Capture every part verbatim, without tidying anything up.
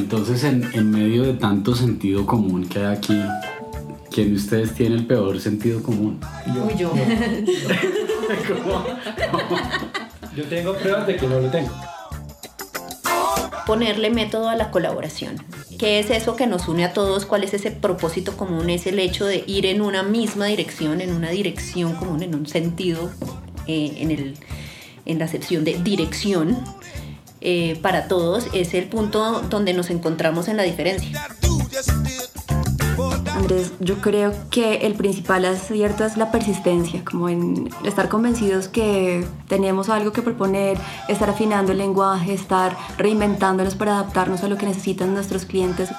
entonces en, en medio de tanto sentido común que hay aquí, ¿quién de ustedes tiene el peor sentido común? Yo. Uy, yo. ¿Cómo? ¿Cómo? Yo tengo pruebas de que no lo tengo. Ponerle método a la colaboración. ¿Qué es eso que nos une a todos? ¿Cuál es ese propósito común? Es el hecho de ir en una misma dirección, en una dirección común, en un sentido, eh, en, el, en la acepción de dirección, eh, para todos. Es el punto donde nos encontramos en la diferencia. Andrés, yo creo que el principal acierto es la persistencia, como en estar convencidos que tenemos algo que proponer, estar afinando el lenguaje, estar reinventándonos para adaptarnos a lo que necesitan nuestros clientes.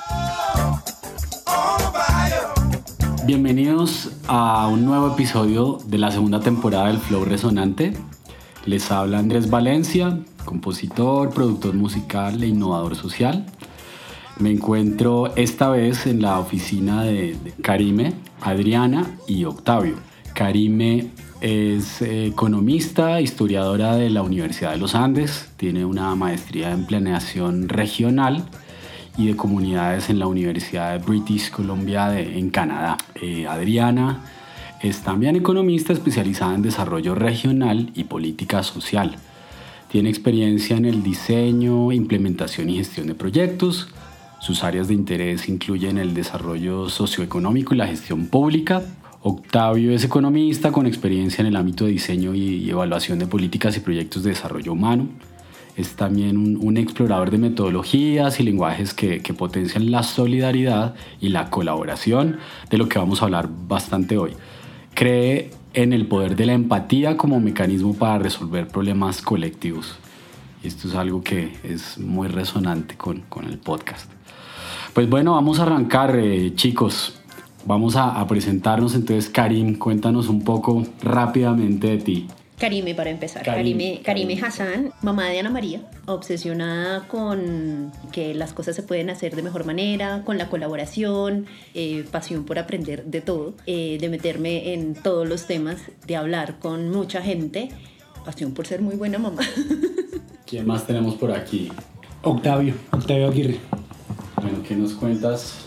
Bienvenidos a un nuevo episodio de la segunda temporada del Flow Resonante. Les habla Andrés Valencia, compositor, productor musical e innovador social. Me encuentro esta vez en la oficina de, de Karime, Adriana y Octavio. Karime es eh, economista, historiadora de la Universidad de los Andes, tiene una maestría en planeación regional y de comunidades en la Universidad de British Columbia de, en Canadá. Eh, Adriana es también economista especializada en desarrollo regional y política social. Tiene experiencia en el diseño, implementación y gestión de proyectos. Sus áreas de interés incluyen el desarrollo socioeconómico y la gestión pública. Octavio es economista con experiencia en el ámbito de diseño y evaluación de políticas y proyectos de desarrollo humano. Es también un, un explorador de metodologías y lenguajes que, que potencian la solidaridad y la colaboración, de lo que vamos a hablar bastante hoy. Cree en el poder de la empatía como mecanismo para resolver problemas colectivos. Y esto es algo que es muy resonante con, con el podcast. Pues bueno, vamos a arrancar, eh, chicos. Vamos a, a presentarnos. Entonces, Karim, cuéntanos un poco rápidamente de ti. Karime, para empezar. Karim, Karime, Karime Hassan, mamá de Ana María, obsesionada con que las cosas se pueden hacer de mejor manera, con la colaboración, eh, pasión por aprender de todo, eh, de meterme en todos los temas, de hablar con mucha gente, pasión por ser muy buena mamá. ¿Quién más tenemos por aquí? Octavio, Octavio Aguirre. Bueno, ¿qué nos cuentas?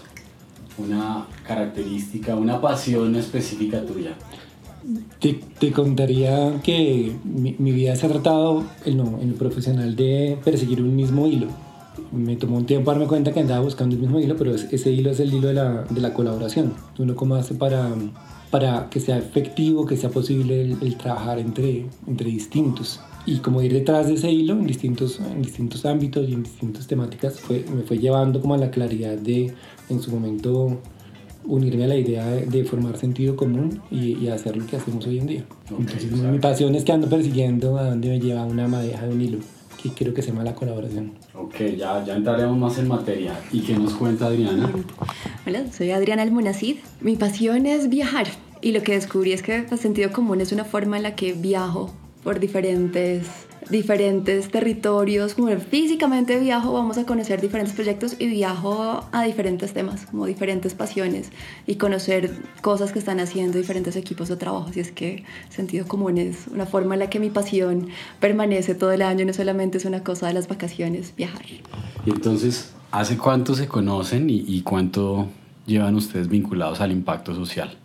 Una característica, una pasión específica tuya. Te, te contaría que mi, mi vida se ha tratado en lo, en lo profesional de perseguir un mismo hilo. Me tomó un tiempo darme cuenta que andaba buscando el mismo hilo, pero ese hilo es el hilo de la, de la colaboración. Uno cómo hace para, para que sea efectivo, que sea posible el, el trabajar entre, entre distintos. Y como ir detrás de ese hilo en distintos, en distintos ámbitos y en distintas temáticas fue, me fue llevando como a la claridad de, en su momento, unirme a la idea de, de formar sentido común y, y hacer lo que hacemos hoy en día. Okay, entonces mi, mi pasión es que ando persiguiendo a dónde me lleva una madeja de un hilo, que quiero que se llama la colaboración. Ok, ya, ya entraremos más en materia. ¿Y qué nos cuenta Adriana? Hola, soy Adriana Almonacid. Mi pasión es viajar y lo que descubrí es que el sentido común es una forma en la que viajo por diferentes, diferentes territorios. Como físicamente viajo, vamos a conocer diferentes proyectos y viajo a diferentes temas, como diferentes pasiones y conocer cosas que están haciendo diferentes equipos de trabajo. Así es que sentido común es una forma en la que mi pasión permanece todo el año, no solamente es una cosa de las vacaciones, viajar. Y entonces, ¿hace cuánto se conocen y, y cuánto llevan ustedes vinculados al impacto social?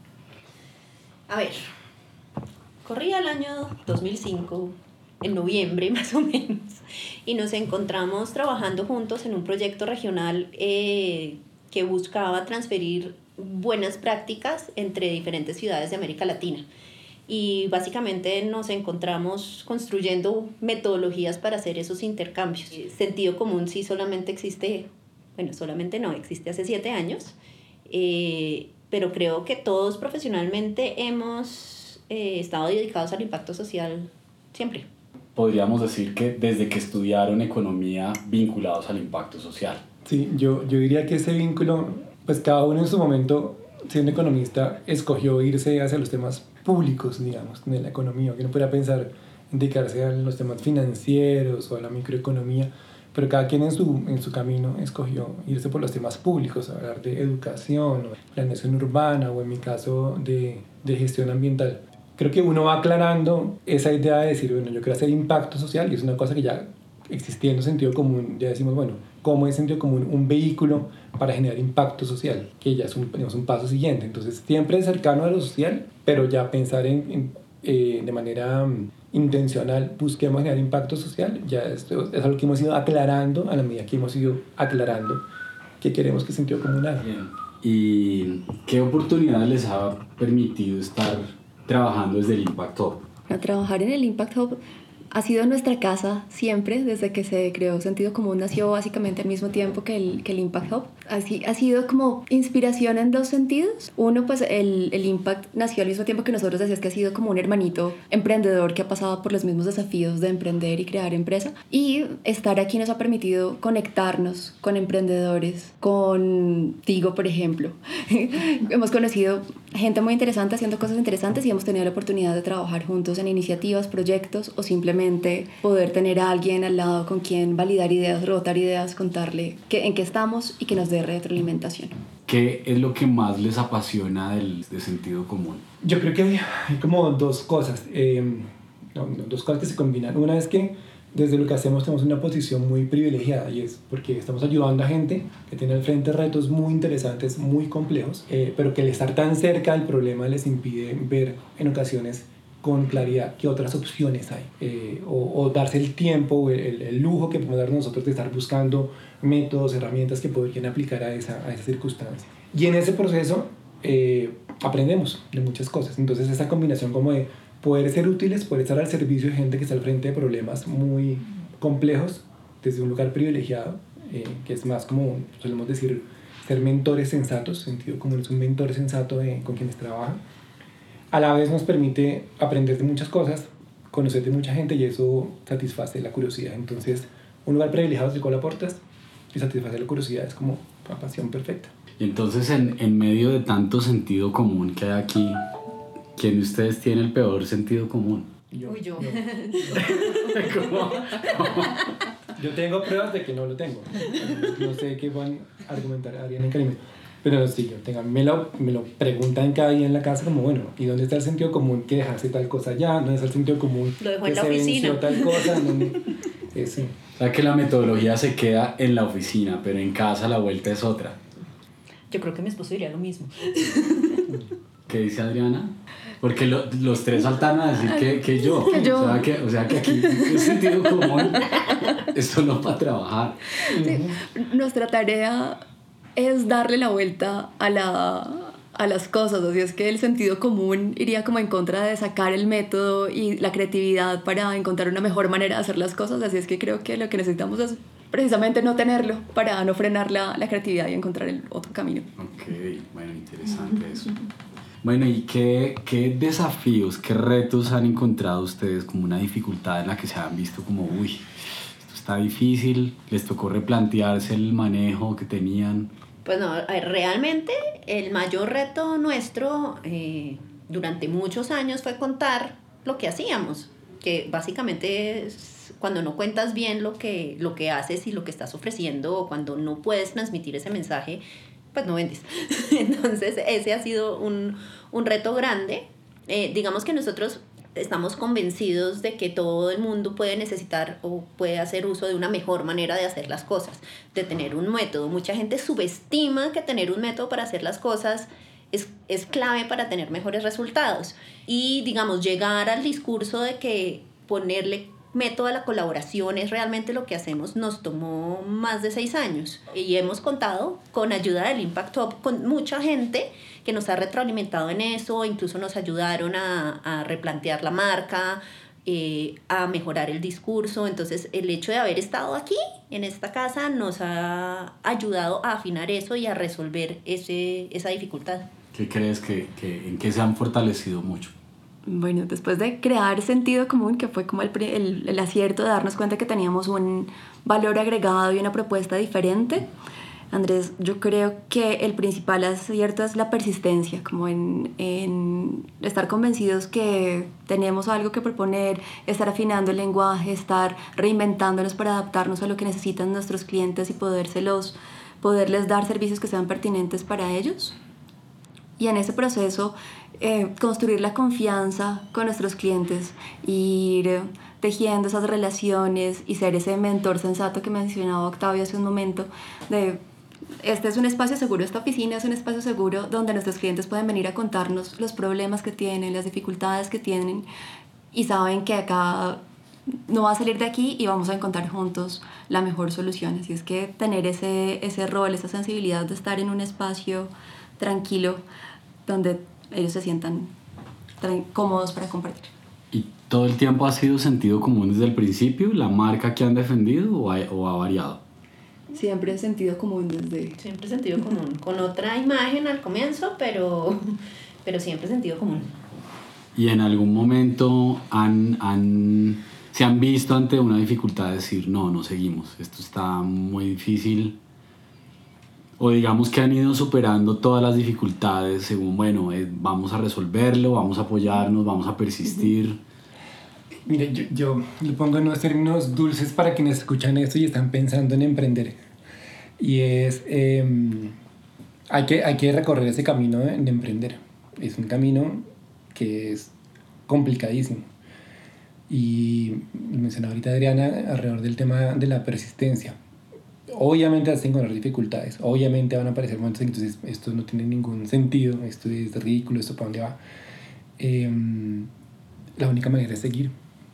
A ver, corría el año dos mil cinco, en noviembre más o menos, y nos encontramos trabajando juntos en un proyecto regional eh, que buscaba transferir buenas prácticas entre diferentes ciudades de América Latina. Y básicamente nos encontramos construyendo metodologías para hacer esos intercambios. Sentido común sí solamente existe, bueno, solamente no, existe hace siete años, eh, pero creo que todos profesionalmente hemos Eh, estado dedicados al impacto social siempre. Podríamos decir que desde que estudiaron economía vinculados al impacto social. Sí, yo, yo diría que ese vínculo, pues cada uno en su momento, siendo economista, escogió irse hacia los temas públicos, digamos, de la economía, que no podía pensar en dedicarse a los temas financieros o a la microeconomía, pero cada quien en su, en su camino escogió irse por los temas públicos, hablar de educación, o planeación urbana o en mi caso de, de gestión ambiental. Creo que uno va aclarando esa idea de decir, bueno, yo quiero hacer impacto social y es una cosa que ya existiendo sentido común, ya decimos, bueno, ¿cómo es sentido común un vehículo para generar impacto social? Que ya es un, digamos, un paso siguiente. Entonces, siempre cercano a lo social, pero ya pensar en, en, eh, de manera um, intencional, busquemos generar impacto social, ya esto es algo que hemos ido aclarando a la medida que hemos ido aclarando que queremos que sentido común haga. Bien. ¿Y qué oportunidades les ha permitido estar trabajando desde el Impact Hub? A trabajar en el Impact Hub ha sido nuestra casa siempre, desde que se creó Sentido Común, nació básicamente al mismo tiempo que el, que el Impact Hub. Así, ha sido como inspiración en dos sentidos. Uno, pues el, el Impact nació al mismo tiempo que nosotros, decías que ha sido como un hermanito emprendedor que ha pasado por los mismos desafíos de emprender y crear empresa. Y estar aquí nos ha permitido conectarnos con emprendedores, contigo, por ejemplo. Hemos conocido gente muy interesante haciendo cosas interesantes y hemos tenido la oportunidad de trabajar juntos en iniciativas, proyectos o simplemente poder tener a alguien al lado con quien validar ideas, rebotar ideas, contarle que, en qué estamos y que nos dé retroalimentación. ¿Qué es lo que más les apasiona del, de Sentido Común? Yo creo que hay, hay como dos cosas, eh, no, no, dos cosas que se combinan. Una es que desde lo que hacemos tenemos una posición muy privilegiada y es porque estamos ayudando a gente que tiene al frente retos muy interesantes, muy complejos, eh, pero que el estar tan cerca del problema les impide ver en ocasiones con claridad qué otras opciones hay, eh, o, o darse el tiempo o el, el lujo que podemos dar nosotros de estar buscando métodos, herramientas que podrían aplicar a esa, a esa circunstancia. Y en ese proceso eh, aprendemos de muchas cosas. Entonces esa combinación como de poder ser útiles, poder estar al servicio de gente que está al frente de problemas muy complejos desde un lugar privilegiado, eh, que es más como, solemos decir, ser mentores sensatos, sentido común es un mentor sensato de, con quienes trabajan. A la vez nos permite aprender de muchas cosas, conocer de mucha gente y eso satisface la curiosidad. Entonces, un lugar privilegiado del cual aportas y satisfacer la curiosidad es como una pasión perfecta. Y entonces, en, en medio de tanto sentido común que hay aquí, ¿quién de ustedes tiene el peor sentido común? Yo, Uy, yo. yo. ¿Cómo? ¿Cómo? Yo tengo pruebas de que no lo tengo. No sé qué van a argumentar Adriana y Karime. Pero sí, yo tengo, me, lo, me lo preguntan cada día en la casa como, bueno, ¿y dónde está el sentido común que dejaste tal cosa allá? ¿Dónde está el sentido común lo dejó que en la se oficina? venció tal cosa? ¿Dónde? Eh, sí. O sea que la metodología se queda en la oficina, pero en casa la vuelta es otra. Yo creo que mi esposo diría lo mismo. ¿Qué dice Adriana? Porque lo, los tres saltan a decir que, que yo. Que yo. O sea que, o sea que aquí el sentido común, esto no para trabajar. Sí, nuestra tarea es darle la vuelta a, la, a las cosas, así es que el sentido común iría como en contra de sacar el método y la creatividad para encontrar una mejor manera de hacer las cosas, así es que creo que lo que necesitamos es precisamente no tenerlo para no frenar la, la creatividad y encontrar el otro camino. Ok, bueno, interesante eso. Bueno, ¿y qué, qué desafíos, qué retos han encontrado ustedes como una dificultad en la que se han visto como, uy, esto está difícil, les tocó replantearse el manejo que tenían? Pues no, realmente el mayor reto nuestro eh, durante muchos años fue contar lo que hacíamos, que básicamente es cuando no cuentas bien lo que, lo que haces y lo que estás ofreciendo, o cuando no puedes transmitir ese mensaje, pues no vendes. Entonces ese ha sido un, un reto grande. Eh, digamos que nosotros estamos convencidos de que todo el mundo puede necesitar o puede hacer uso de una mejor manera de hacer las cosas, de tener un método. Mucha gente subestima que tener un método para hacer las cosas es, es clave para tener mejores resultados. Y, digamos, llegar al discurso de que ponerle método a la colaboración es realmente lo que hacemos nos tomó más de seis años. Y hemos contado con ayuda del Impact Hub con mucha gente que nos ha retroalimentado en eso, incluso nos ayudaron a, a replantear la marca, eh, a mejorar el discurso. Entonces el hecho de haber estado aquí en esta casa nos ha ayudado a afinar eso y a resolver ese, esa dificultad. ¿Qué crees que, que en qué se han fortalecido mucho? Bueno, después de crear sentido común, que fue como el, el, el acierto de darnos cuenta que teníamos un valor agregado y una propuesta diferente, Andrés, yo creo que el principal acierto es la persistencia, como en, en estar convencidos que tenemos algo que proponer, estar afinando el lenguaje, estar reinventándonos para adaptarnos a lo que necesitan nuestros clientes y podérselos, poderles dar servicios que sean pertinentes para ellos. Y en ese proceso, eh, construir la confianza con nuestros clientes, ir tejiendo esas relaciones y ser ese mentor sensato que mencionaba Octavio hace un momento, de este es un espacio seguro, esta oficina es un espacio seguro donde nuestros clientes pueden venir a contarnos los problemas que tienen, las dificultades que tienen, y saben que acá no va a salir de aquí y vamos a encontrar juntos la mejor solución. Así es que tener ese, ese rol, esa sensibilidad de estar en un espacio tranquilo donde ellos se sientan cómodos para compartir. ¿Y todo el tiempo ha sido sentido común desde el principio, la marca que han defendido, o ha, o ha variado? Siempre sentido común desde... Siempre sentido común, con otra imagen al comienzo, pero, pero siempre sentido común. ¿Y en algún momento han, han, se han visto ante una dificultad de decir, no, no seguimos, esto está muy difícil? O digamos que han ido superando todas las dificultades según, bueno, eh, vamos a resolverlo, vamos a apoyarnos, vamos a persistir. Mire, yo, yo lo pongo en unos términos dulces para quienes escuchan esto y están pensando en emprender. Y es, eh, hay, que, hay que recorrer ese camino de, de emprender. Es un camino que es complicadísimo. Y mencionaba ahorita Adriana alrededor del tema de la persistencia. Obviamente vas a encontrar dificultades, obviamente van a aparecer momentos en que entonces esto no tiene ningún sentido, esto es ridículo, esto para dónde va. Eh, la única manera es seguir.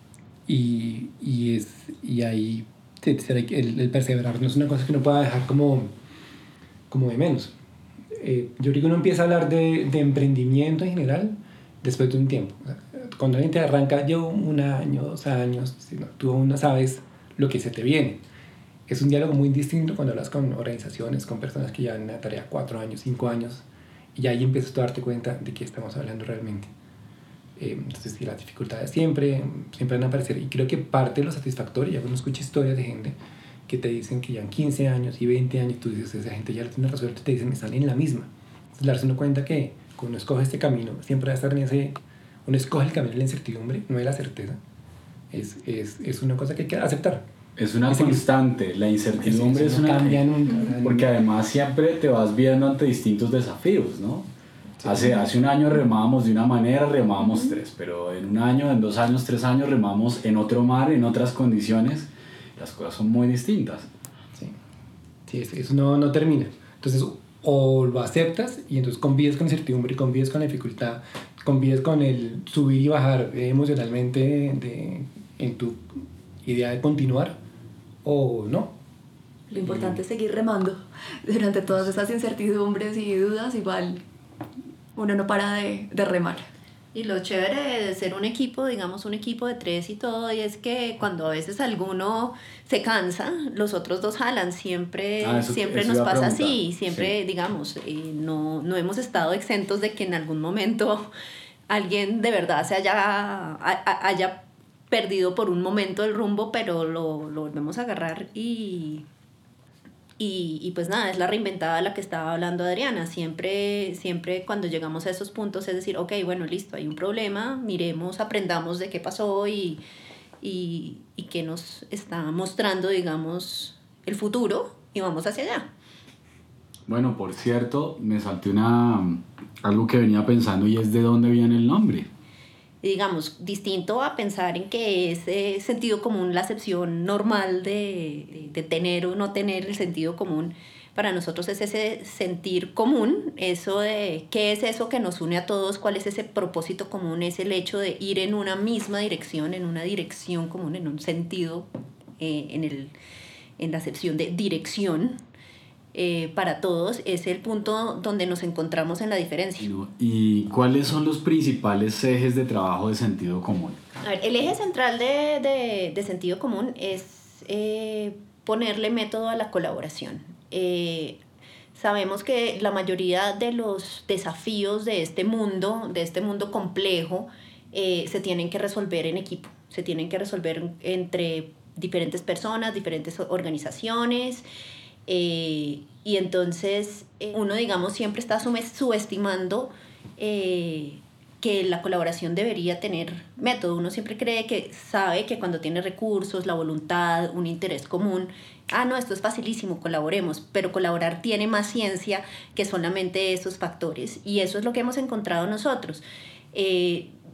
Y, y, es, y ahí el, el perseverar no es una cosa que uno pueda dejar como, como de menos. Eh, yo creo que uno empieza a hablar de, de emprendimiento en general después de un tiempo. O sea, cuando la gente arranca, llevo un año, dos años, si no, tú aún no sabes lo que se te viene. Es un diálogo muy distinto cuando hablas con organizaciones, con personas que llevan una tarea cuatro años, cinco años, y ahí empiezas a darte cuenta de qué estamos hablando realmente. Eh, entonces, sí, las dificultades siempre, siempre van a aparecer, y creo que parte de lo satisfactorio, ya cuando escucho historias de gente que te dicen que llevan quince años y veinte años, tú dices, esa gente ya lo tiene resuelto, y te dicen, están en la misma. Entonces, darse uno cuenta que cuando uno escoge este camino, siempre va a estar en ese, uno escoge el camino de la incertidumbre, no de la certeza. Es, es, es una cosa que hay que aceptar. Es una constante, la incertidumbre es, es, es una... No cambia nunca. Porque además siempre te vas viendo ante distintos desafíos, ¿no? Sí. Hace, hace un año remábamos de una manera, remábamos uh-huh. tres, pero en un año, en dos años, tres años remamos en otro mar, en otras condiciones, las cosas son muy distintas. Sí, sí, eso no, no termina. Entonces, o lo aceptas y entonces convives con incertidumbre, convives con la dificultad, convives con el subir y bajar emocionalmente de, de, en tu idea de continuar, o no. Lo importante es seguir remando durante todas esas incertidumbres y dudas, igual uno no para de, de remar. Y lo chévere de ser un equipo, digamos un equipo de tres y todo, y es que cuando a veces alguno se cansa, los otros dos jalan, siempre, ah, eso, siempre eso nos pasa así, siempre sí. digamos, eh, no, no hemos estado exentos de que en algún momento alguien de verdad se haya, a, haya perdido por un momento el rumbo, pero lo, lo volvemos a agarrar y, y, y pues nada, es la reinventada de la que estaba hablando Adriana. Siempre, siempre cuando llegamos a esos puntos es decir, ok, bueno, listo, hay un problema, miremos, aprendamos de qué pasó y, y, y qué nos está mostrando, digamos, el futuro, y vamos hacia allá. Bueno, por cierto, me salté una, algo que venía pensando, y es de dónde viene el nombre. Digamos, distinto a pensar en que es eh, sentido común la acepción normal de, de, de tener o no tener el sentido común. Para nosotros es ese sentir común, eso de qué es eso que nos une a todos, cuál es ese propósito común, es el hecho de ir en una misma dirección, en una dirección común, en un sentido, eh, en, el, en la acepción de dirección. Eh, para todos es el punto donde nos encontramos en la diferencia. ¿Y cuáles son los principales ejes de trabajo de sentido común? A ver, el eje central de, de, de sentido común es eh, ponerle método a la colaboración. Eh, sabemos que la mayoría de los desafíos de este mundo, de este mundo complejo, eh, se tienen que resolver en equipo, se tienen que resolver entre diferentes personas, diferentes organizaciones. Eh, y entonces eh, uno, digamos, siempre está subestimando eh, que la colaboración debería tener método. Uno siempre cree que sabe que cuando tiene recursos, la voluntad, un interés común, ah, no, esto es facilísimo, colaboremos, pero colaborar tiene más ciencia que solamente esos factores, y eso es lo que hemos encontrado nosotros. Eh,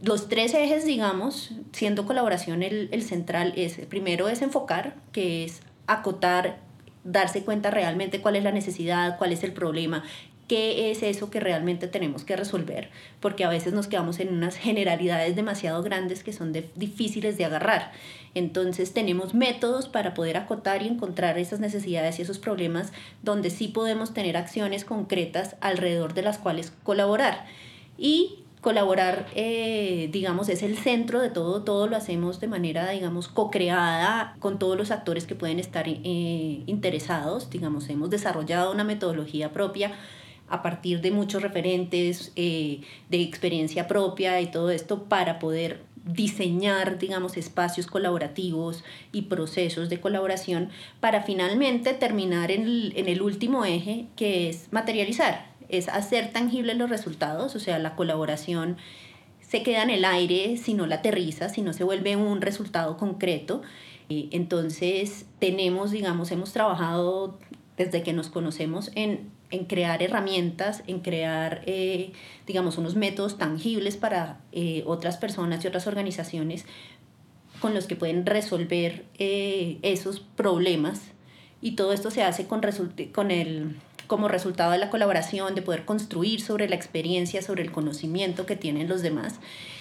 los tres ejes, digamos, siendo colaboración el, el central, es, primero es enfocar, que es acotar, darse cuenta realmente cuál es la necesidad, cuál es el problema, qué es eso que realmente tenemos que resolver, porque a veces nos quedamos en unas generalidades demasiado grandes que son de, difíciles de agarrar. Entonces tenemos métodos para poder acotar y encontrar esas necesidades y esos problemas donde sí podemos tener acciones concretas alrededor de las cuales colaborar. Y colaborar, eh, digamos, es el centro de todo, todo lo hacemos de manera, digamos, co-creada con todos los actores que pueden estar eh, interesados. Digamos, hemos desarrollado una metodología propia a partir de muchos referentes, eh, de experiencia propia y todo esto para poder diseñar, digamos, espacios colaborativos y procesos de colaboración para finalmente terminar en el, en el último eje, que es materializar, es hacer tangibles los resultados. O sea, la colaboración se queda en el aire si no la aterriza, si no se vuelve un resultado concreto. Entonces tenemos, digamos, hemos trabajado desde que nos conocemos en, en crear herramientas, en crear, eh, digamos, unos métodos tangibles para eh, otras personas y otras organizaciones con los que pueden resolver eh, esos problemas. Y todo esto se hace con, result- con el, como resultado de la colaboración, de poder construir sobre la experiencia, sobre el conocimiento que tienen los demás.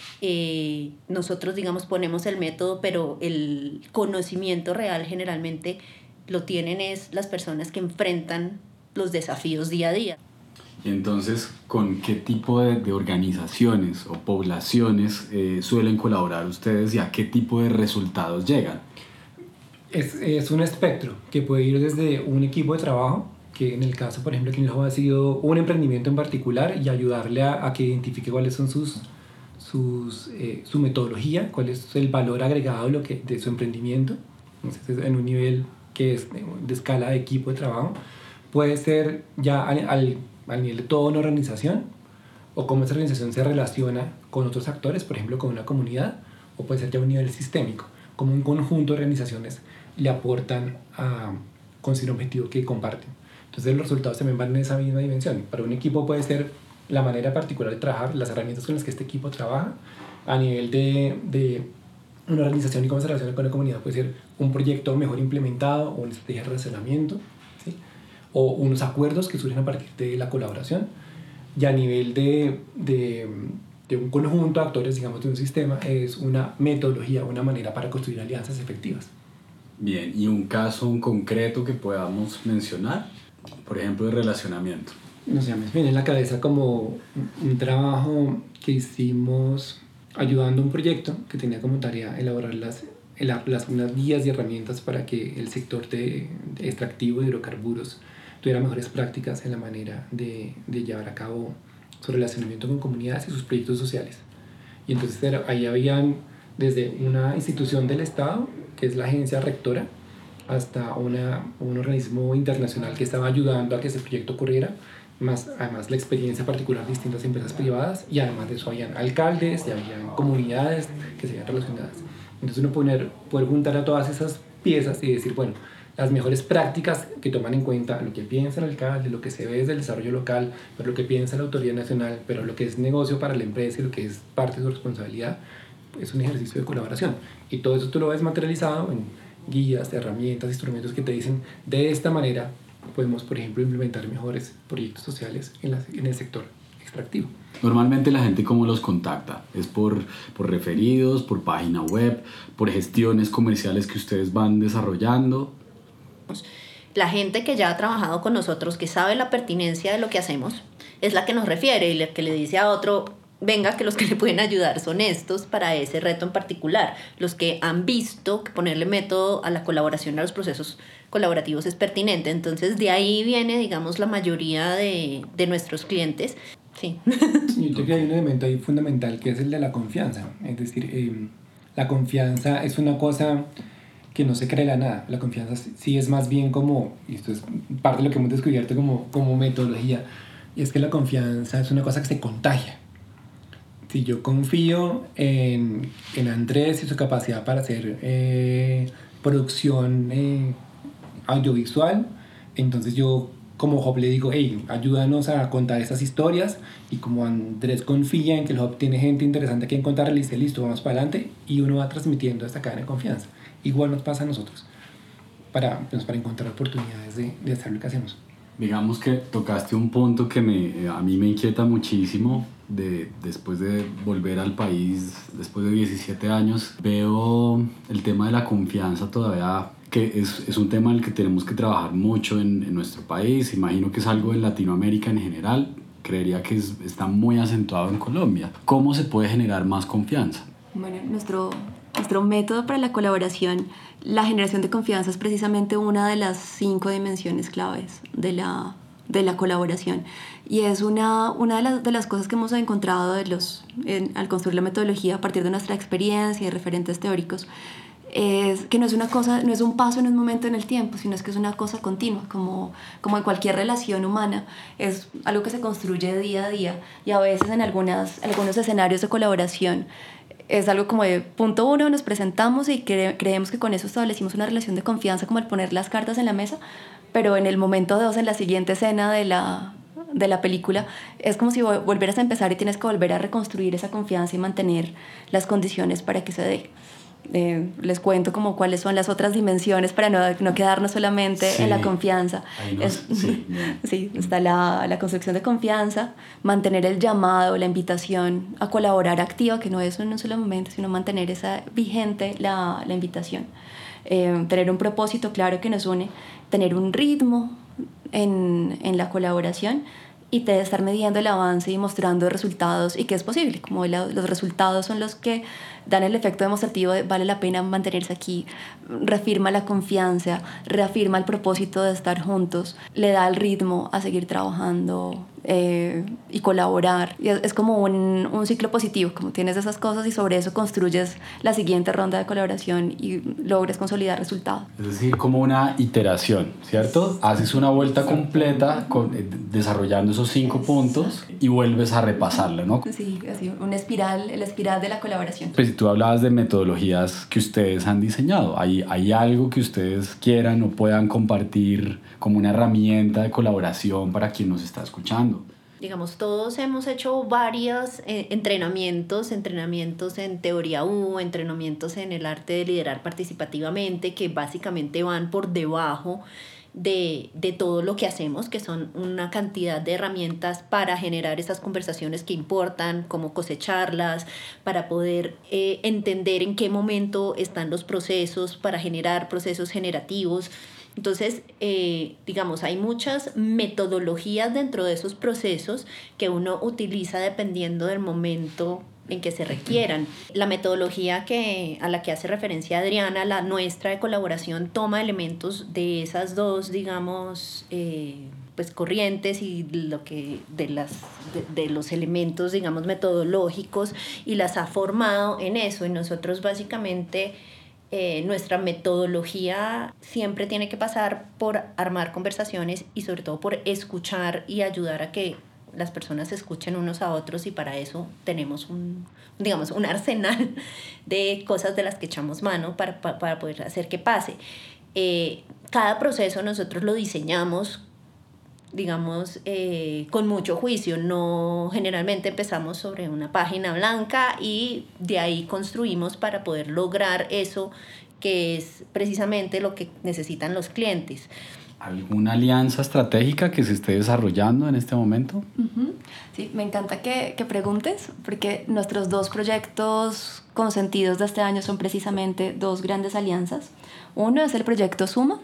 Eh, nosotros, digamos, ponemos el método, pero el conocimiento real generalmente lo tienen es las personas que enfrentan los desafíos día a día. Y entonces, ¿con qué tipo de, de organizaciones o poblaciones eh, suelen colaborar ustedes y a qué tipo de resultados llegan? Es, es un espectro que puede ir desde un equipo de trabajo, que en el caso, por ejemplo, que ha sido un emprendimiento en particular, y ayudarle a, a que identifique cuáles son sus, sus, eh, su metodología, cuál es el valor agregado de, lo que, de su emprendimiento. Entonces, en un nivel que es de escala de equipo de trabajo, puede ser ya al, al, al nivel de toda una organización, o cómo esa organización se relaciona con otros actores, por ejemplo, con una comunidad, o puede ser ya un nivel sistémico, como un conjunto de organizaciones le aportan a conseguir un objetivo que comparten. Entonces los resultados también van en esa misma dimensión. Para un equipo puede ser la manera particular de trabajar, las herramientas con las que este equipo trabaja. A nivel de, de una organización y cómo se relaciona con la comunidad, puede ser un proyecto mejor implementado o una estrategia de relacionamiento, ¿sí? O unos acuerdos que surgen a partir de la colaboración. Y a nivel de, de, de un conjunto de actores, digamos, de un sistema, es una metodología, una manera para construir alianzas efectivas. Bien, ¿y un caso en concreto que podamos mencionar? Por ejemplo, de relacionamiento. No sé, me viene en la cabeza como un trabajo que hicimos ayudando a un proyecto que tenía como tarea elaborar las, las, unas guías y herramientas para que el sector de, de extractivo de hidrocarburos tuviera mejores prácticas en la manera de, de llevar a cabo su relacionamiento con comunidades y sus proyectos sociales. Y entonces era, ahí habían desde una institución del Estado, que es la agencia rectora, hasta una, un organismo internacional que estaba ayudando a que ese proyecto ocurriera, más además la experiencia particular de distintas empresas privadas, y además de eso habían alcaldes y habían comunidades que se habían relacionadas. Entonces uno poner, poder juntar a todas esas piezas y decir, bueno, las mejores prácticas que toman en cuenta lo que piensa el alcalde, lo que se ve desde el desarrollo local, pero lo que piensa la autoridad nacional, pero lo que es negocio para la empresa y lo que es parte de su responsabilidad, es un ejercicio de colaboración. Y todo eso tú lo ves materializado en guías, herramientas, instrumentos que te dicen, de esta manera podemos, por ejemplo, implementar mejores proyectos sociales en, la, en el sector extractivo. Normalmente la gente, ¿cómo los contacta? ¿Es por, por referidos, por página web, por gestiones comerciales que ustedes van desarrollando? La gente que ya ha trabajado con nosotros, que sabe la pertinencia de lo que hacemos, es la que nos refiere y la que le dice a otro, venga, que los que le pueden ayudar son estos para ese reto en particular. Los que han visto que ponerle método a la colaboración, a los procesos colaborativos es pertinente. Entonces, de ahí viene, digamos, la mayoría de, de nuestros clientes. Sí. Yo creo que hay un elemento ahí fundamental que es el de la confianza. Es decir, eh, la confianza es una cosa que no se cree la nada. La confianza sí es más bien como, y esto es parte de lo que hemos descubierto como, como metodología, y es que la confianza es una cosa que se contagia. Si yo confío en, en Andrés y su capacidad para hacer eh, producción eh, audiovisual, entonces yo como hub le digo, hey, ayúdanos a contar estas historias, y como Andrés confía en que el hub tiene gente interesante a quien contarle, le dice, listo, vamos para adelante, y uno va transmitiendo esta cadena de confianza. Igual nos pasa a nosotros, para, pues, para encontrar oportunidades de, de hacer lo que hacemos. Digamos que tocaste un punto que me, a mí me inquieta muchísimo. De, después de volver al país, después de diecisiete años, veo el tema de la confianza todavía, que es, es un tema en el que tenemos que trabajar mucho en, en nuestro país. Imagino que es algo en Latinoamérica en general. Creería que es, está muy acentuado en Colombia. ¿Cómo se puede generar más confianza? Bueno, nuestro, nuestro método para la colaboración, la generación de confianza, es precisamente una de las cinco dimensiones claves de la, de la colaboración. Y es una, una de, las, de las cosas que hemos encontrado de los, en, al construir la metodología a partir de nuestra experiencia y referentes teóricos, es que no es una cosa, no es un paso en un momento en el tiempo, sino es que es una cosa continua, como, como en cualquier relación humana. Es algo que se construye día a día, y a veces en algunas, algunos escenarios de colaboración es algo como de punto uno, nos presentamos y cre- creemos que con eso establecimos una relación de confianza, como el poner las cartas en la mesa, pero en el momento dos, en la siguiente escena de la, de la película, es como si volvieras a empezar y tienes que volver a reconstruir esa confianza y mantener las condiciones para que se dé. Eh, les cuento como cuáles son las otras dimensiones para no, no quedarnos solamente sí, en la confianza. No, es, sí, sí, está la, la construcción de confianza, mantener el llamado, la invitación a colaborar activa, que no es en un solo momento, sino mantener esa vigente la, la invitación. Eh, tener un propósito claro que nos une, tener un ritmo en, en la colaboración, y te estar midiendo el avance y mostrando resultados, y que es posible, como la, los resultados son los que dan el efecto demostrativo de vale la pena mantenerse aquí, reafirma la confianza, reafirma el propósito de estar juntos, le da el ritmo a seguir trabajando eh, y colaborar. Y es, es como un, un ciclo positivo, como tienes esas cosas y sobre eso construyes la siguiente ronda de colaboración y logres consolidar resultados. Es decir, como una iteración, ¿cierto? Haces una vuelta completa con, eh, desarrollando esos cinco puntos y vuelves a repasarla, ¿no? Sí, así, una espiral, la espiral de la colaboración. Pues si tú hablabas de metodologías que ustedes han diseñado, ¿hay, hay algo que ustedes quieran o puedan compartir como una herramienta de colaboración para quien nos está escuchando? Digamos, todos hemos hecho varios eh, entrenamientos, entrenamientos en teoría U, entrenamientos en el arte de liderar participativamente, que básicamente van por debajo de, de todo lo que hacemos, que son una cantidad de herramientas para generar esas conversaciones que importan, cómo cosecharlas, para poder eh, entender en qué momento están los procesos, para generar procesos generativos. Entonces, eh, digamos, hay muchas metodologías dentro de esos procesos que uno utiliza dependiendo del momento en que se requieran. La metodología que, a la que hace referencia Adriana, la nuestra de colaboración, toma elementos de esas dos, digamos, eh, pues corrientes y lo que, de, las, de, de los elementos, digamos, metodológicos, y las ha formado en eso. Y nosotros básicamente... Eh, nuestra metodología siempre tiene que pasar por armar conversaciones y sobre todo por escuchar y ayudar a que las personas se escuchen unos a otros, y para eso tenemos un, digamos, un arsenal de cosas de las que echamos mano para, para, para poder hacer que pase. Eh, cada proceso nosotros lo diseñamos, digamos, eh, con mucho juicio. No, generalmente empezamos sobre una página blanca y de ahí construimos para poder lograr eso que es precisamente lo que necesitan los clientes. ¿Alguna alianza estratégica que se esté desarrollando en este momento? Uh-huh. Sí, me encanta que, que preguntes, porque nuestros dos proyectos consentidos de este año son precisamente dos grandes alianzas. Uno es el proyecto Suma,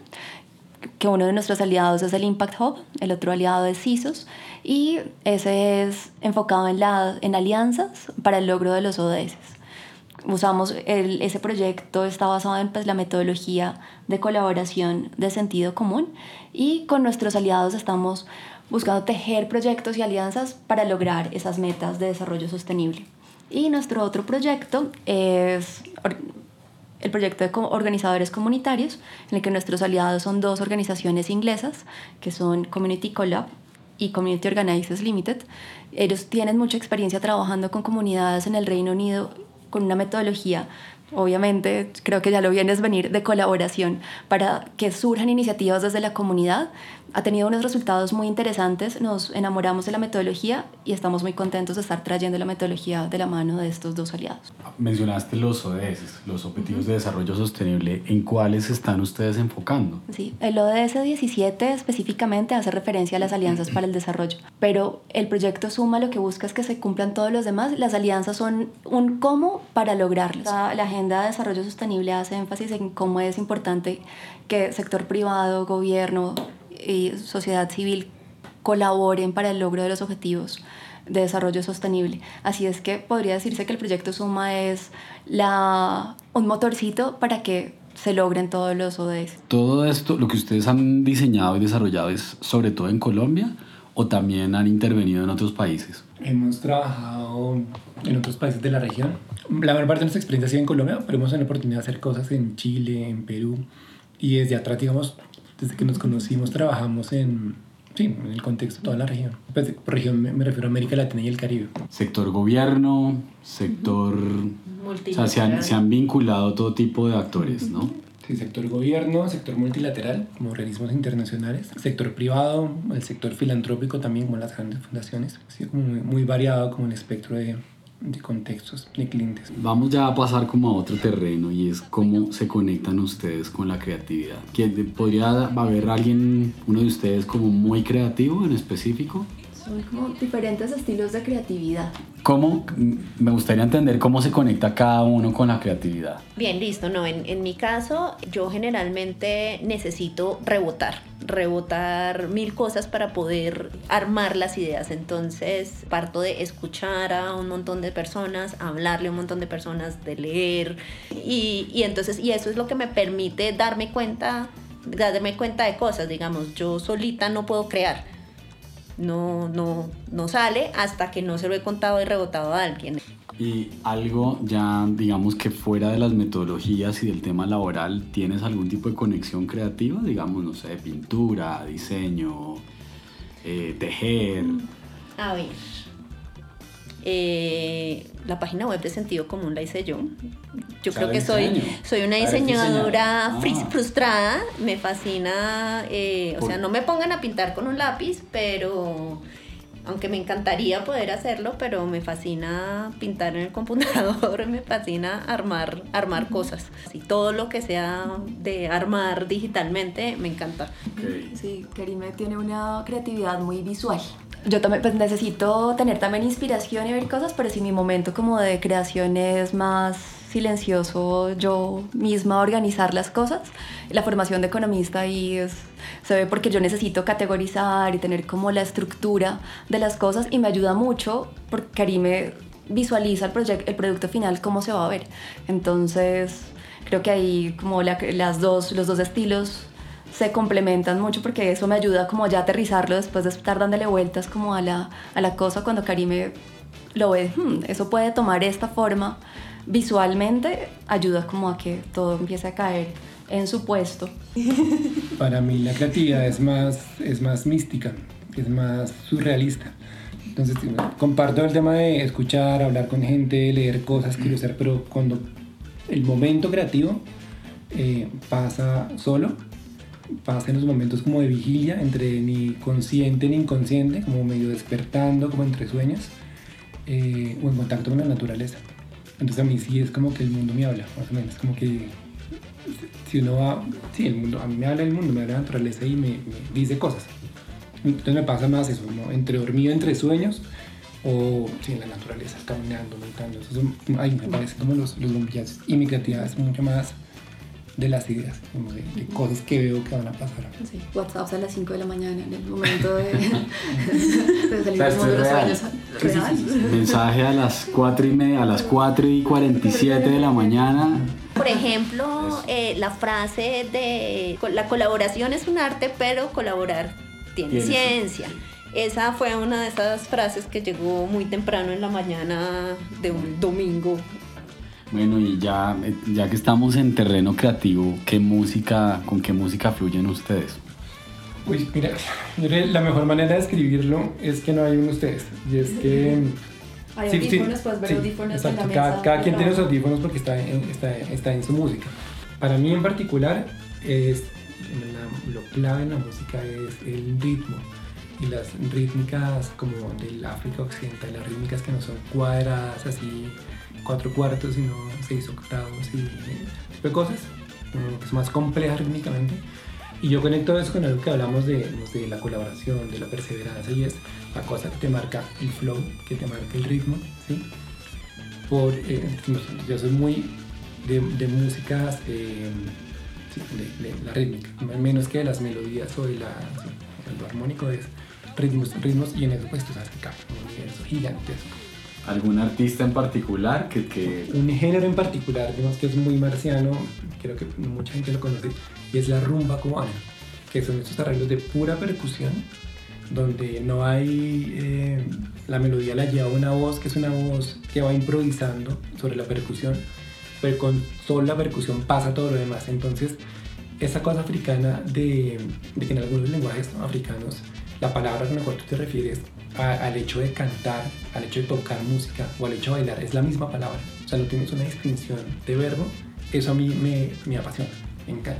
que uno de nuestros aliados es el Impact Hub, el otro aliado es CISOS, y ese es enfocado en, la, en alianzas para el logro de los O D S. Usamos el, ese proyecto está basado en pues, la metodología de colaboración de sentido común, y con nuestros aliados estamos buscando tejer proyectos y alianzas para lograr esas metas de desarrollo sostenible. Y nuestro otro proyecto es el proyecto de organizadores comunitarios, en el que nuestros aliados son dos organizaciones inglesas, que son Community Collab y Community Organizers Limited. Ellos tienen mucha experiencia trabajando con comunidades en el Reino Unido con una metodología obviamente, creo que ya lo vienes venir, de colaboración para que surjan iniciativas desde la comunidad. Ha tenido unos resultados muy interesantes, nos enamoramos de la metodología y estamos muy contentos de estar trayendo la metodología de la mano de estos dos aliados. Mencionaste los O D S, los Objetivos de Desarrollo Sostenible. ¿En cuáles están ustedes enfocando? Sí, el O D S diecisiete específicamente hace referencia a las alianzas para el desarrollo, pero el proyecto Suma lo que busca es que se cumplan todos los demás. Las alianzas son un cómo para lograrlas. La, la Agenda de Desarrollo Sostenible hace énfasis en cómo es importante que sector privado, gobierno y sociedad civil colaboren para el logro de los objetivos de desarrollo sostenible. Así es que podría decirse que el proyecto Suma es la, un motorcito para que se logren todos los O D S. ¿Todo esto, lo que ustedes han diseñado y desarrollado, es sobre todo en Colombia o también han intervenido en otros países? Hemos trabajado en otros países de la región. La mayor parte de nuestra experiencia ha sido en Colombia, pero hemos tenido la oportunidad de hacer cosas en Chile, en Perú, y desde atrás, digamos, desde que nos conocimos, trabajamos en, sí, en el contexto de toda la región. Pues, por región me, me refiero a América Latina y el Caribe. Sector gobierno, sector... O sea, se han, se han vinculado todo tipo de actores, ¿no? Sí, sector gobierno, sector multilateral, como organismos internacionales, sector privado, el sector filantrópico también, como las grandes fundaciones. Ha sido como muy, muy variado como el espectro de, de contextos, de clientes. Vamos ya a pasar como a otro terreno y es cómo se conectan ustedes con la creatividad. ¿Podría haber alguien, uno de ustedes, como muy creativo en específico? Son como diferentes estilos de creatividad. ¿Cómo? Me gustaría entender cómo se conecta cada uno con la creatividad. Bien, listo. No, en, en mi caso, yo generalmente necesito rebotar, rebotar mil cosas para poder armar las ideas. Entonces, parto de escuchar a un montón de personas, hablarle a un montón de personas, de leer. Y, y entonces, y eso es lo que me permite darme cuenta, darme cuenta de cosas. Digamos, yo solita no puedo crear. No, no, no sale hasta que no se lo he contado y rebotado a alguien. Y algo ya, digamos que fuera de las metodologías y del tema laboral, ¿tienes algún tipo de conexión creativa? Digamos, no sé, pintura, diseño, eh, tejer. A ver, eh, la página web de Sentido Común la hice yo. Yo creo que soy, soy una diseñadora ah. frustrada. Me fascina, eh, o sea, no me pongan a pintar con un lápiz, pero aunque me encantaría poder hacerlo, pero me fascina pintar en el computador, me fascina armar, armar cosas. Así, todo lo que sea de armar digitalmente me encanta. Okay. Sí, Karime tiene una creatividad muy visual. Yo también pues, necesito tener también inspiración y ver cosas, pero si mi momento como de creación es más silencioso, yo misma organizar las cosas. La formación de economista ahí es, se ve porque yo necesito categorizar y tener como la estructura de las cosas y me ayuda mucho porque Karime visualiza el, proyecto, el producto final, cómo se va a ver. Entonces creo que ahí como la, las dos, los dos estilos se complementan mucho porque eso me ayuda como ya a aterrizarlo después de estar dándole vueltas como a la, a la cosa. Cuando Karime lo ve, hmm, eso puede tomar esta forma visualmente, ayuda como a que todo empiece a caer en su puesto. Para mí la creatividad es más, es más mística, es más surrealista. Entonces comparto el tema de escuchar, hablar con gente, leer cosas, curiosear, pero cuando el momento creativo eh, pasa solo, pasa en los momentos como de vigilia, entre ni consciente ni inconsciente, como medio despertando, como entre sueños, eh, o en contacto con la naturaleza. Entonces a mí sí es como que el mundo me habla, más o menos, como que si uno va, sí, el mundo, a mí me habla el mundo, me habla la naturaleza y me, me dice cosas. Entonces me pasa más eso, ¿no? Entre dormido, entre sueños, o sí, en la naturaleza, caminando, montando. Eso son, ay, me parecen como los, los bombillazos. Y mi creatividad es mucho más de las ideas, como de, de cosas que veo que van a pasar. Sí, WhatsApp a las cinco de la mañana, en el momento de, de salir del mundo de los sueños. ¿Real? Sí, sí, sí. Mensaje a las cuatro y media, a las cuatro y cuarenta y siete de la mañana. Por ejemplo, eh, la frase de la colaboración es un arte, pero colaborar tiene, tiene ciencia. Sí. Esa fue una de esas frases que llegó muy temprano en la mañana de un domingo. Bueno, y ya, ya que estamos en terreno creativo, ¿qué música, con qué música fluyen ustedes? Uy, mira, la mejor manera de escribirlo es que no hay uno ustedes. Y es que Hay Sí, audífonos, sí, puedes ver sí, audífonos exacto. en la Cada, mesa. cada quien pero- tiene sus audífonos porque está en, está, está en su música. Para mí en particular, es, la- lo clave en la música es el ritmo. Y las rítmicas como del África Occidental, las rítmicas que no son cuadradas, así cuatro cuartos, sino seis octavos y ese tipo de cosas, mm, que son más complejas rítmicamente. Y yo conecto eso con algo que hablamos de, de la colaboración, de la perseverancia, y es la cosa que te marca el flow, que te marca el ritmo, ¿sí? Por, eh, yo soy muy de, de músicas, eh, sí, de, de la rítmica, menos que de las melodías o de la, sí, lo armónico es ritmos, ritmos, y en eso pues tú sabes que cabe un universo gigantesco. ¿Algún artista en particular que, que... Un género en particular, digamos que es muy marciano, creo que mucha gente lo conoce, y es la rumba cubana, que son estos arreglos de pura percusión, donde no hay, eh, la melodía la lleva una voz, que es una voz que va improvisando sobre la percusión, pero con solo la percusión pasa todo lo demás. Entonces, esa cosa africana de, de que en algunos lenguajes africanos la palabra con la cual tú te refieres a, al hecho de cantar, al hecho de tocar música o al hecho de bailar es la misma palabra. O sea, no tienes una distinción de verbo. Eso a mí me, me apasiona, me encanta.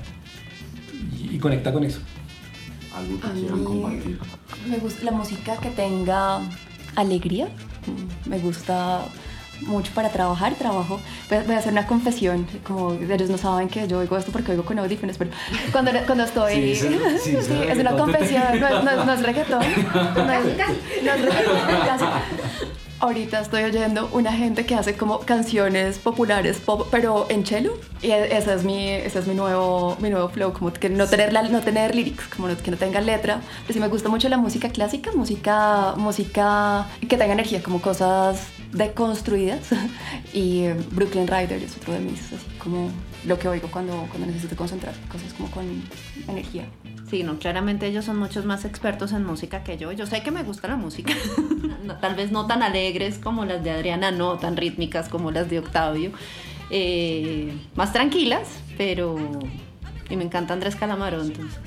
Y, y conecta con eso. algo que A quieran mí compartir? me gusta la música que tenga alegría. Mm, Me gusta mucho para trabajar, trabajo. Voy a, voy a hacer una confesión, como ellos no saben que yo oigo esto porque oigo con audífonos, pero cuando, cuando estoy... Sí, sí, sí, sí, sí, es una reggaetón. confesión, no es, no, es, no es reggaetón. No es, no es reggaetón, casi. Ahorita estoy oyendo una gente que hace como canciones populares pop, pero en cello, y ese es mi, ese es mi nuevo, mi nuevo flow, como que no tener, la, no tener lyrics, como no, que no tenga letra. Pero sí me gusta mucho la música clásica, música, música que tenga energía, como cosas deconstruidas. Y eh, Brooklyn Rider es otro de mis, así como lo que oigo cuando, cuando necesito concentrar, cosas como con energía. Sí, no, claramente ellos son muchos más expertos en música que yo. Yo sé que me gusta la música, no, tal vez no tan alegres como las de Adriana, no tan rítmicas como las de Octavio, eh, más tranquilas, pero... Y me encanta Andrés Calamaro, entonces...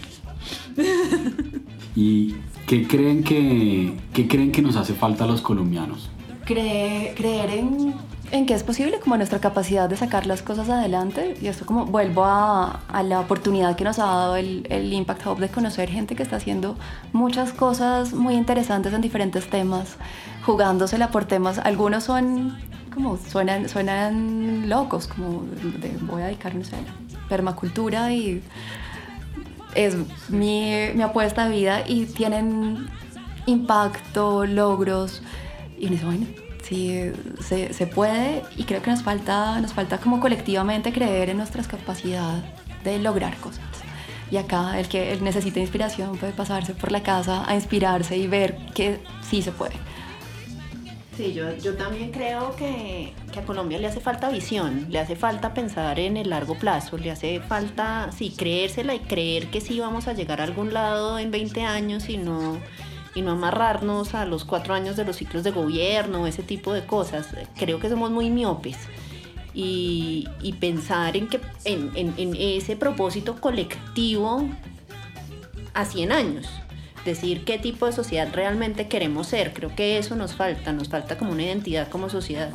¿Y qué creen que, qué creen que nos hace falta a los colombianos? Cre- creer en, en que es posible, como nuestra capacidad de sacar las cosas adelante. Y esto como vuelvo a, a la oportunidad que nos ha dado el, el Impact Hub de conocer gente que está haciendo muchas cosas muy interesantes en diferentes temas, jugándosela por temas. Algunos son como, suenan, suenan locos, como de, voy a dedicarme, no sé, a la permacultura y es mi, mi apuesta de vida, y tienen impacto, logros, y uno dice, bueno, sí, se, se puede, y creo que nos falta, nos falta como colectivamente creer en nuestras capacidades de lograr cosas. Y acá el que él necesita inspiración puede pasarse por la casa a inspirarse y ver que sí se puede. Sí, yo, yo también creo que, que a Colombia le hace falta visión, le hace falta pensar en el largo plazo, le hace falta, sí, creérsela y creer que sí vamos a llegar a algún lado en veinte años y no, y no amarrarnos a los cuatro años de los ciclos de gobierno, ese tipo de cosas. Creo que somos muy miopes. Y, y pensar en, que, en, en, en ese propósito colectivo a cien años. Decir qué tipo de sociedad realmente queremos ser. Creo que eso nos falta, nos falta como una identidad como sociedad.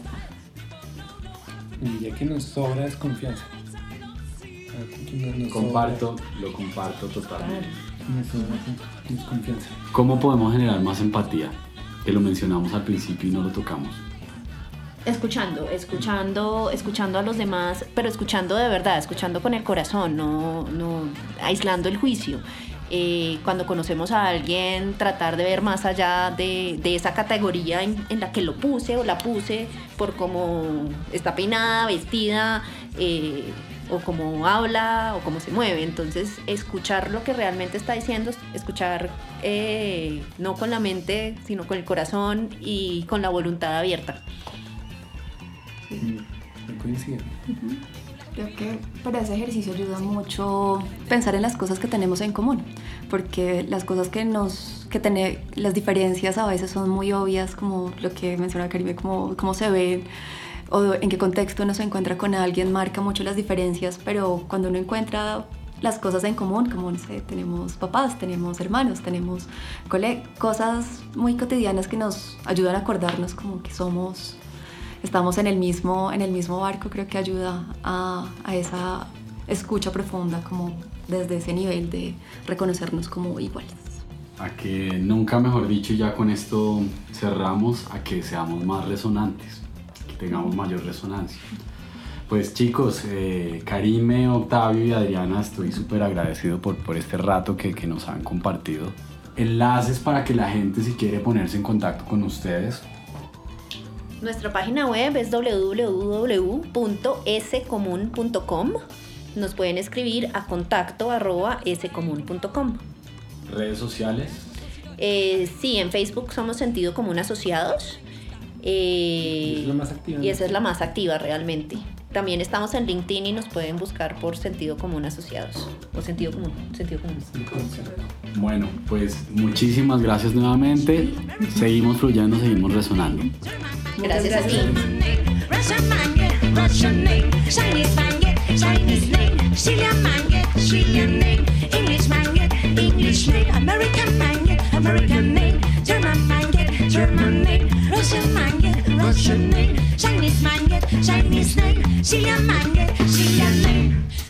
Diría que nos sobra desconfianza. Nos- nos Comparto, lo comparto totalmente. sobra- nos sobra desconfianza. ¿Cómo podemos generar más empatía? Que lo mencionamos al principio y no lo tocamos. Escuchando, escuchando, escuchando a los demás, pero escuchando de verdad, escuchando con el corazón, no, no aislando el juicio. Eh, cuando conocemos a alguien, tratar de ver más allá de, de esa categoría en, en la que lo puse o la puse por cómo está peinada, vestida, eh, o cómo habla o cómo se mueve. Entonces, escuchar lo que realmente está diciendo, escuchar eh, no con la mente, sino con el corazón y con la voluntad abierta. No coincide. Creo que para ese ejercicio ayuda mucho pensar en las cosas que tenemos en común, porque las cosas que nos, que tener, las diferencias a veces son muy obvias, como lo que menciona Karime, como cómo se ven o en qué contexto uno se encuentra con alguien, marca mucho las diferencias, pero cuando uno encuentra las cosas en común, como no sé, tenemos papás, tenemos hermanos, tenemos cole- cosas muy cotidianas que nos ayudan a acordarnos como que somos, estamos en el mismo, en el mismo barco. Creo que ayuda a, a esa escucha profunda, como desde ese nivel de reconocernos como iguales. A que nunca mejor dicho, ya con esto cerramos, a que seamos más resonantes, que tengamos mayor resonancia. Pues chicos, eh, Karime, Octavio y Adriana, estoy súper agradecido por, por este rato que, que nos han compartido. Enlaces para que la gente, si quiere ponerse en contacto con ustedes. Nuestra página web es doble u doble u doble u punto ese común punto com. Nos pueden escribir a contacto arroba ese común punto com. Redes sociales. Eh, sí, en Facebook somos Sentido Común Asociados. Eh, Es la más activa. Y esa es la más activa realmente. También estamos en LinkedIn y nos pueden buscar por Sentido Común Asociados. O Sentido Común. Sentido Común. Bueno, pues muchísimas gracias nuevamente. Seguimos fluyendo, seguimos resonando. Gracias a ti. Russian man, yeah, Russian name. Chinese man, yeah, Chinese name. Chilean man, yeah, Chilean name. English man, yeah, English name. American man, yeah, American name. German man, yeah, German name. Russian man, yeah, Russian name. Chinese man, yeah, Chinese name. Chilean man, yeah, Chilean name.